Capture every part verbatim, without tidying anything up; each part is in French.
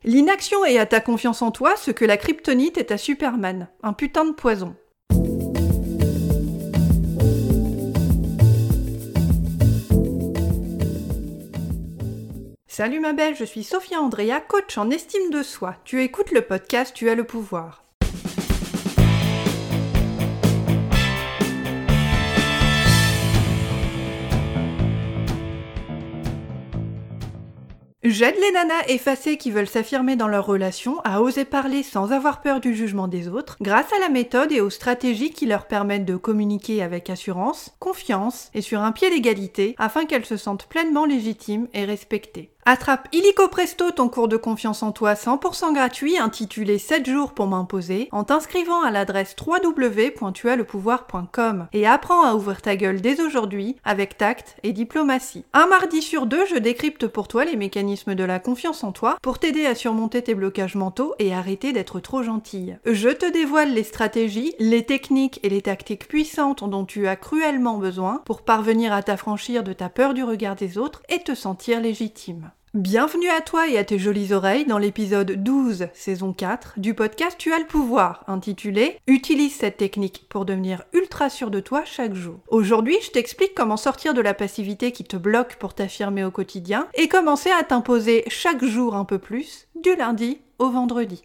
L'inaction est à ta confiance en toi ce que la kryptonite est à Superman, un putain de poison. Salut ma belle, je suis Sophia Andrea, coach en estime de soi. Tu écoutes le podcast Tu as le pouvoir. J'aide les nanas effacées qui veulent s'affirmer dans leur relation à oser parler sans avoir peur du jugement des autres, grâce à la méthode et aux stratégies qui leur permettent de communiquer avec assurance, confiance et sur un pied d'égalité afin qu'elles se sentent pleinement légitimes et respectées. Attrape illico presto ton cours de confiance en toi cent pour cent gratuit intitulé sept jours pour m'imposer en t'inscrivant à l'adresse w w w point tu as le pouvoir point com et apprends à ouvrir ta gueule dès aujourd'hui avec tact et diplomatie. Un mardi sur deux, je décrypte pour toi les mécanismes de la confiance en toi pour t'aider à surmonter tes blocages mentaux et arrêter d'être trop gentille. Je te dévoile les stratégies, les techniques et les tactiques puissantes dont tu as cruellement besoin pour parvenir à t'affranchir de ta peur du regard des autres et te sentir légitime. Bienvenue à toi et à tes jolies oreilles dans l'épisode douze, saison quatre, du podcast Tu as le pouvoir, intitulé « Utilise cette technique pour devenir ultra sûr de toi chaque jour ». Aujourd'hui, je t'explique comment sortir de la passivité qui te bloque pour t'affirmer au quotidien et commencer à t'imposer chaque jour un peu plus, du lundi au vendredi.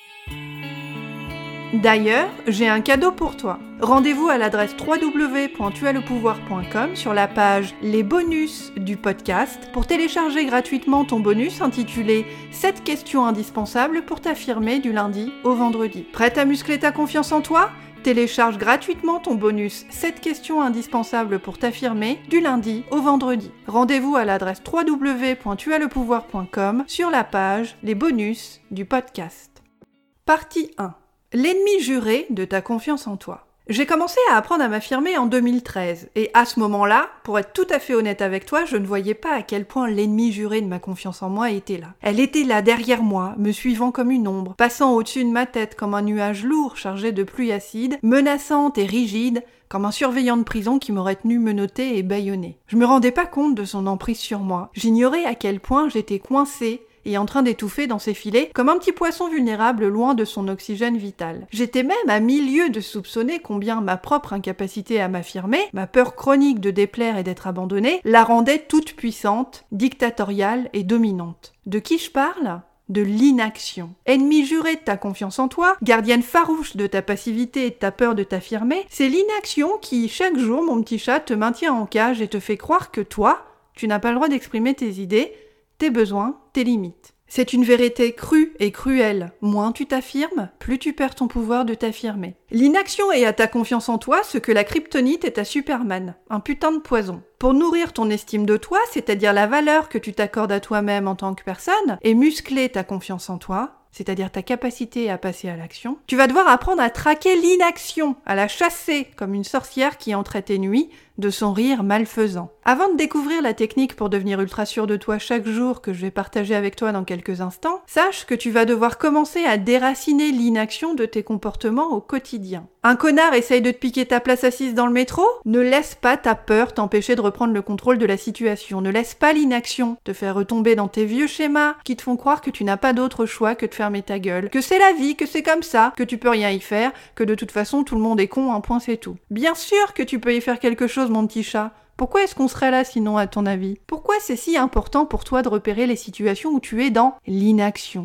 D'ailleurs, j'ai un cadeau pour toi. Rendez-vous à l'adresse w w w point tu as le pouvoir point com sur la page « Les bonus » du podcast pour télécharger gratuitement ton bonus intitulé « sept questions indispensables pour t'affirmer du lundi au vendredi ». Prête à muscler ta confiance en toi ? Télécharge gratuitement ton bonus « sept questions indispensables pour t'affirmer du lundi au vendredi ». Rendez-vous à l'adresse w w w point tu as le pouvoir point com sur la page « Les bonus » du podcast. Partie un. L'ennemi juré de ta confiance en toi. J'ai commencé à apprendre à m'affirmer en deux mille treize, et à ce moment-là, pour être tout à fait honnête avec toi, je ne voyais pas à quel point l'ennemi juré de ma confiance en moi était là. Elle était là derrière moi, me suivant comme une ombre, passant au-dessus de ma tête comme un nuage lourd chargé de pluie acide, menaçante et rigide, comme un surveillant de prison qui m'aurait tenu menottée et bâillonnée. Je me rendais pas compte de son emprise sur moi, j'ignorais à quel point j'étais coincée et en train d'étouffer dans ses filets, comme un petit poisson vulnérable loin de son oxygène vital. J'étais même à mille lieues de soupçonner combien ma propre incapacité à m'affirmer, ma peur chronique de déplaire et d'être abandonnée, la rendait toute puissante, dictatoriale et dominante. De qui je parle ? De l'inaction. Ennemi juré de ta confiance en toi, gardienne farouche de ta passivité et de ta peur de t'affirmer, c'est l'inaction qui, chaque jour, mon petit chat, te maintient en cage et te fait croire que toi, tu n'as pas le droit d'exprimer tes idées, tes besoins, tes limites. C'est une vérité crue et cruelle. Moins tu t'affirmes, plus tu perds ton pouvoir de t'affirmer. L'inaction est à ta confiance en toi ce que la kryptonite est à Superman, un putain de poison. Pour nourrir ton estime de toi, c'est-à-dire la valeur que tu t'accordes à toi-même en tant que personne, et muscler ta confiance en toi, c'est-à-dire ta capacité à passer à l'action, tu vas devoir apprendre à traquer l'inaction, à la chasser comme une sorcière qui entrait tes nuits de son rire malfaisant. Avant de découvrir la technique pour devenir ultra sûr de toi chaque jour que je vais partager avec toi dans quelques instants, sache que tu vas devoir commencer à déraciner l'inaction de tes comportements au quotidien. Un connard essaye de te piquer ta place assise dans le métro ? Ne laisse pas ta peur t'empêcher de reprendre le contrôle de la situation. Ne laisse pas l'inaction te faire retomber dans tes vieux schémas qui te font croire que tu n'as pas d'autre choix que de fermer ta gueule, que c'est la vie, que c'est comme ça, que tu peux rien y faire, que de toute façon tout le monde est con, un point c'est tout. Bien sûr que tu peux y faire quelque chose, mon petit chat. Pourquoi est-ce qu'on serait là sinon, à ton avis ? Pourquoi c'est si important pour toi de repérer les situations où tu es dans l'inaction ?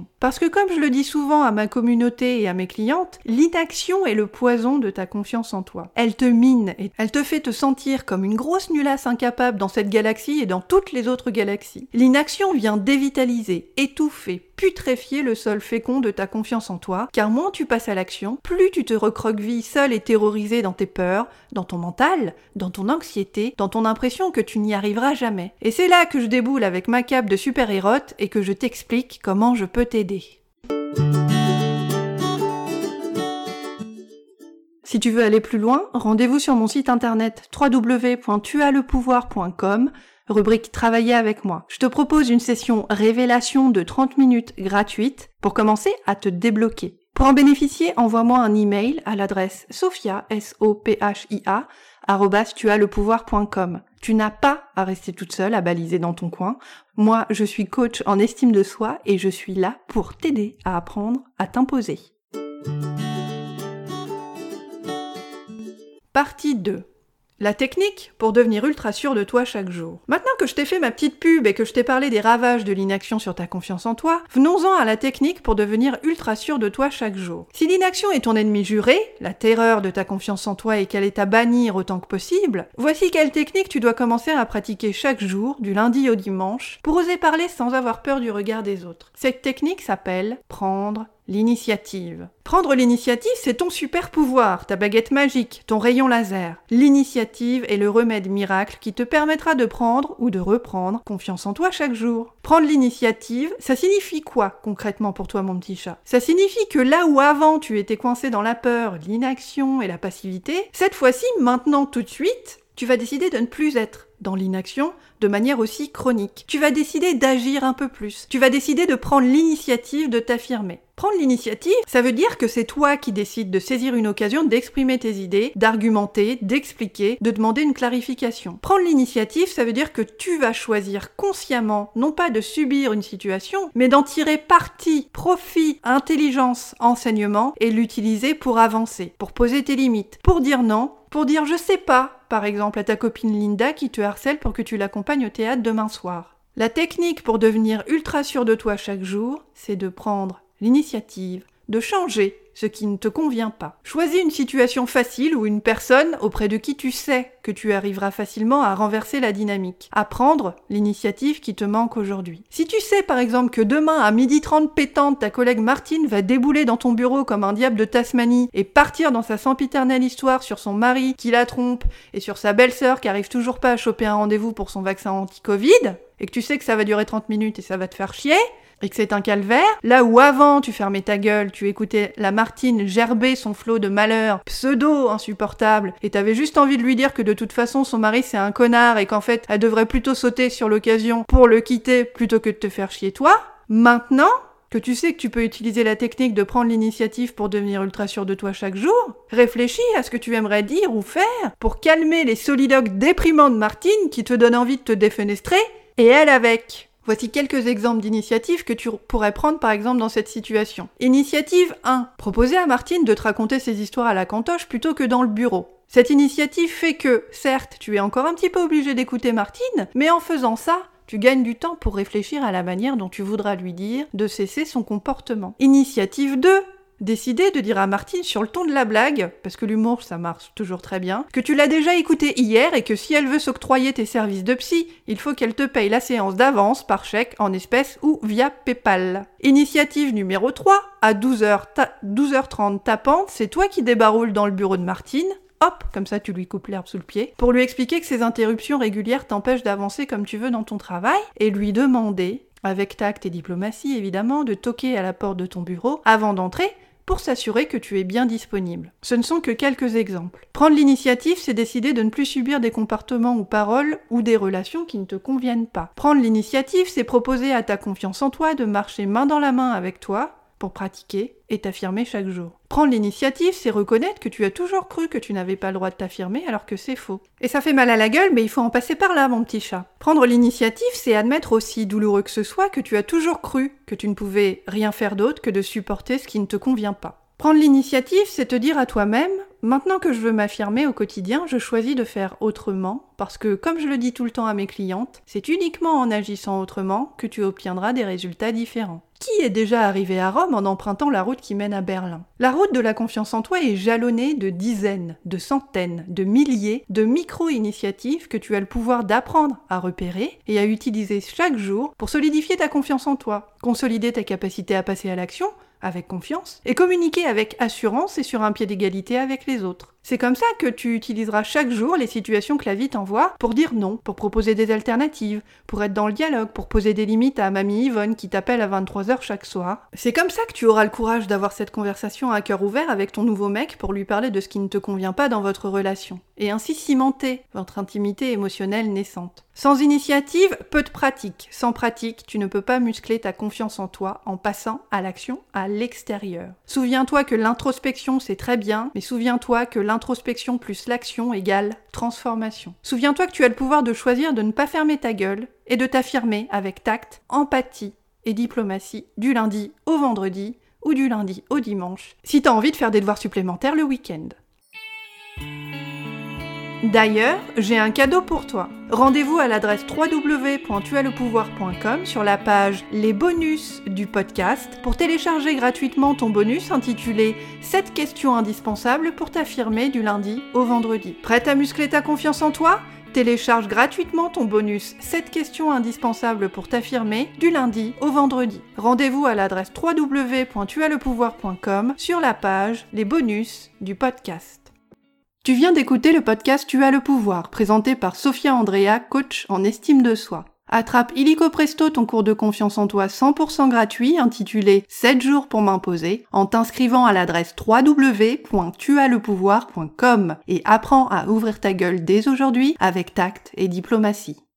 Parce que comme je le dis souvent à ma communauté et à mes clientes, l'inaction est le poison de ta confiance en toi. Elle te mine et elle te fait te sentir comme une grosse nulasse incapable dans cette galaxie et dans toutes les autres galaxies. L'inaction vient dévitaliser, étouffer, putréfier le sol fécond de ta confiance en toi, car moins tu passes à l'action, plus tu te recroquevilles seul et terrorisé dans tes peurs, dans ton mental, dans ton anxiété, dans ton impression que tu n'y arriveras jamais. Et c'est là que je déboule avec ma cape de super-hérote et que je t'explique comment je peux t'aider. Si tu veux aller plus loin, rendez-vous sur mon site internet w w w point tu as le pouvoir point com, rubrique Travailler avec moi. Je te propose une session révélation de trente minutes gratuite pour commencer à te débloquer. Pour en bénéficier, envoie-moi un email à l'adresse sophia, S O P H I A, arobase tu as le pouvoir point com. Tu n'as pas à rester toute seule à baliser dans ton coin. Moi, je suis coach en estime de soi et je suis là pour t'aider à apprendre à t'imposer. Partie deux. La technique pour devenir ultra sûr de toi chaque jour. Maintenant que je t'ai fait ma petite pub et que je t'ai parlé des ravages de l'inaction sur ta confiance en toi, venons-en à la technique pour devenir ultra sûr de toi chaque jour. Si l'inaction est ton ennemi juré, la terreur de ta confiance en toi et qu'elle est à bannir autant que possible, voici quelle technique tu dois commencer à pratiquer chaque jour, du lundi au dimanche, pour oser parler sans avoir peur du regard des autres. Cette technique s'appelle prendre l'initiative. Prendre l'initiative, c'est ton super pouvoir, ta baguette magique, ton rayon laser. L'initiative est le remède miracle qui te permettra de prendre ou de reprendre confiance en toi chaque jour. Prendre l'initiative, ça signifie quoi concrètement pour toi, mon petit chat? Ça signifie que là où avant tu étais coincé dans la peur, l'inaction et la passivité, cette fois-ci, maintenant tout de suite, tu vas décider de ne plus être dans l'inaction de manière aussi chronique. Tu vas décider d'agir un peu plus. Tu vas décider de prendre l'initiative de t'affirmer. Prendre l'initiative, ça veut dire que c'est toi qui décides de saisir une occasion d'exprimer tes idées, d'argumenter, d'expliquer, de demander une clarification. Prendre l'initiative, ça veut dire que tu vas choisir consciemment, non pas de subir une situation, mais d'en tirer parti, profit, intelligence, enseignement et l'utiliser pour avancer, pour poser tes limites, pour dire non, pour dire je sais pas, par exemple à ta copine Linda qui te harcèle pour que tu l'accompagnes au théâtre demain soir. La technique pour devenir ultra sûr de toi chaque jour, c'est de prendre l'initiative, de changer ce qui ne te convient pas. Choisis une situation facile ou une personne auprès de qui tu sais que tu arriveras facilement à renverser la dynamique, à prendre l'initiative qui te manque aujourd'hui. Si tu sais par exemple que demain à midi trente pétante, ta collègue Martine va débouler dans ton bureau comme un diable de Tasmanie et partir dans sa sempiternelle histoire sur son mari qui la trompe et sur sa belle-sœur qui arrive toujours pas à choper un rendez-vous pour son vaccin anti-Covid, et que tu sais que ça va durer trente minutes et ça va te faire chier, et que c'est un calvaire, là où avant tu fermais ta gueule, tu écoutais la Martine gerber son flot de malheur pseudo-insupportable, et t'avais juste envie de lui dire que de toute façon son mari c'est un connard et qu'en fait elle devrait plutôt sauter sur l'occasion pour le quitter plutôt que de te faire chier toi, maintenant que tu sais que tu peux utiliser la technique de prendre l'initiative pour devenir ultra sûr de toi chaque jour, réfléchis à ce que tu aimerais dire ou faire pour calmer les soliloques déprimants de Martine qui te donnent envie de te défenestrer, et elle avec. Voici quelques exemples d'initiatives que tu pourrais prendre par exemple dans cette situation. Initiative un. Proposer à Martine de te raconter ses histoires à la cantoche plutôt que dans le bureau. Cette initiative fait que, certes, tu es encore un petit peu obligé d'écouter Martine, mais en faisant ça, tu gagnes du temps pour réfléchir à la manière dont tu voudras lui dire de cesser son comportement. Initiative deux. Décider de dire à Martine sur le ton de la blague, parce que l'humour ça marche toujours très bien, que tu l'as déjà écouté hier et que si elle veut s'octroyer tes services de psy, il faut qu'elle te paye la séance d'avance par chèque en espèces ou via PayPal. Initiative numéro trois, à douze heures, ta- douze heures trente tapante, c'est toi qui débaroules dans le bureau de Martine, hop, comme ça tu lui coupes l'herbe sous le pied, pour lui expliquer que ces interruptions régulières t'empêchent d'avancer comme tu veux dans ton travail, et lui demander, avec tact et diplomatie évidemment, de toquer à la porte de ton bureau avant d'entrer, pour s'assurer que tu es bien disponible. Ce ne sont que quelques exemples. Prendre l'initiative, c'est décider de ne plus subir des comportements ou paroles ou des relations qui ne te conviennent pas. Prendre l'initiative, c'est proposer à ta confiance en toi de marcher main dans la main avec toi pour pratiquer et t'affirmer chaque jour. Prendre l'initiative, c'est reconnaître que tu as toujours cru que tu n'avais pas le droit de t'affirmer alors que c'est faux. Et ça fait mal à la gueule, mais il faut en passer par là, mon petit chat. Prendre l'initiative, c'est admettre aussi douloureux que ce soit que tu as toujours cru que tu ne pouvais rien faire d'autre que de supporter ce qui ne te convient pas. Prendre l'initiative, c'est te dire à toi-même « Maintenant que je veux m'affirmer au quotidien, je choisis de faire autrement parce que, comme je le dis tout le temps à mes clientes, c'est uniquement en agissant autrement que tu obtiendras des résultats différents. » Qui est déjà arrivé à Rome en empruntant la route qui mène à Berlin? La route de la confiance en toi est jalonnée de dizaines, de centaines, de milliers de micro-initiatives que tu as le pouvoir d'apprendre à repérer et à utiliser chaque jour pour solidifier ta confiance en toi, consolider ta capacité à passer à l'action avec confiance et communiquer avec assurance et sur un pied d'égalité avec les autres. C'est comme ça que tu utiliseras chaque jour les situations que la vie t'envoie pour dire non, pour proposer des alternatives, pour être dans le dialogue, pour poser des limites à mamie Yvonne qui t'appelle à vingt-trois heures chaque soir. C'est comme ça que tu auras le courage d'avoir cette conversation à cœur ouvert avec ton nouveau mec pour lui parler de ce qui ne te convient pas dans votre relation, et ainsi cimenter votre intimité émotionnelle naissante. Sans initiative, peu de pratique. Sans pratique, tu ne peux pas muscler ta confiance en toi en passant à l'action à l'extérieur. Souviens-toi que l'introspection c'est très bien, mais souviens-toi que l'introspection plus l'action égale transformation. Souviens-toi que tu as le pouvoir de choisir de ne pas fermer ta gueule et de t'affirmer avec tact, empathie et diplomatie du lundi au vendredi ou du lundi au dimanche si tu as envie de faire des devoirs supplémentaires le week-end. D'ailleurs, j'ai un cadeau pour toi. Rendez-vous à l'adresse w w w point tu as le pouvoir point com sur la page Les bonus du podcast pour télécharger gratuitement ton bonus intitulé sept questions indispensables pour t'affirmer du lundi au vendredi. Prête à muscler ta confiance en toi ? Télécharge gratuitement ton bonus sept questions indispensables pour t'affirmer du lundi au vendredi. Rendez-vous à l'adresse w w w point tu as le pouvoir point com sur la page Les bonus du podcast. Tu viens d'écouter le podcast Tu as le pouvoir, présenté par Sophia Andrea, coach en estime de soi. Attrape illico presto ton cours de confiance en toi cent pour cent gratuit intitulé sept jours pour m'imposer en t'inscrivant à l'adresse w w w point tu as le pouvoir point com et apprends à ouvrir ta gueule dès aujourd'hui avec tact et diplomatie.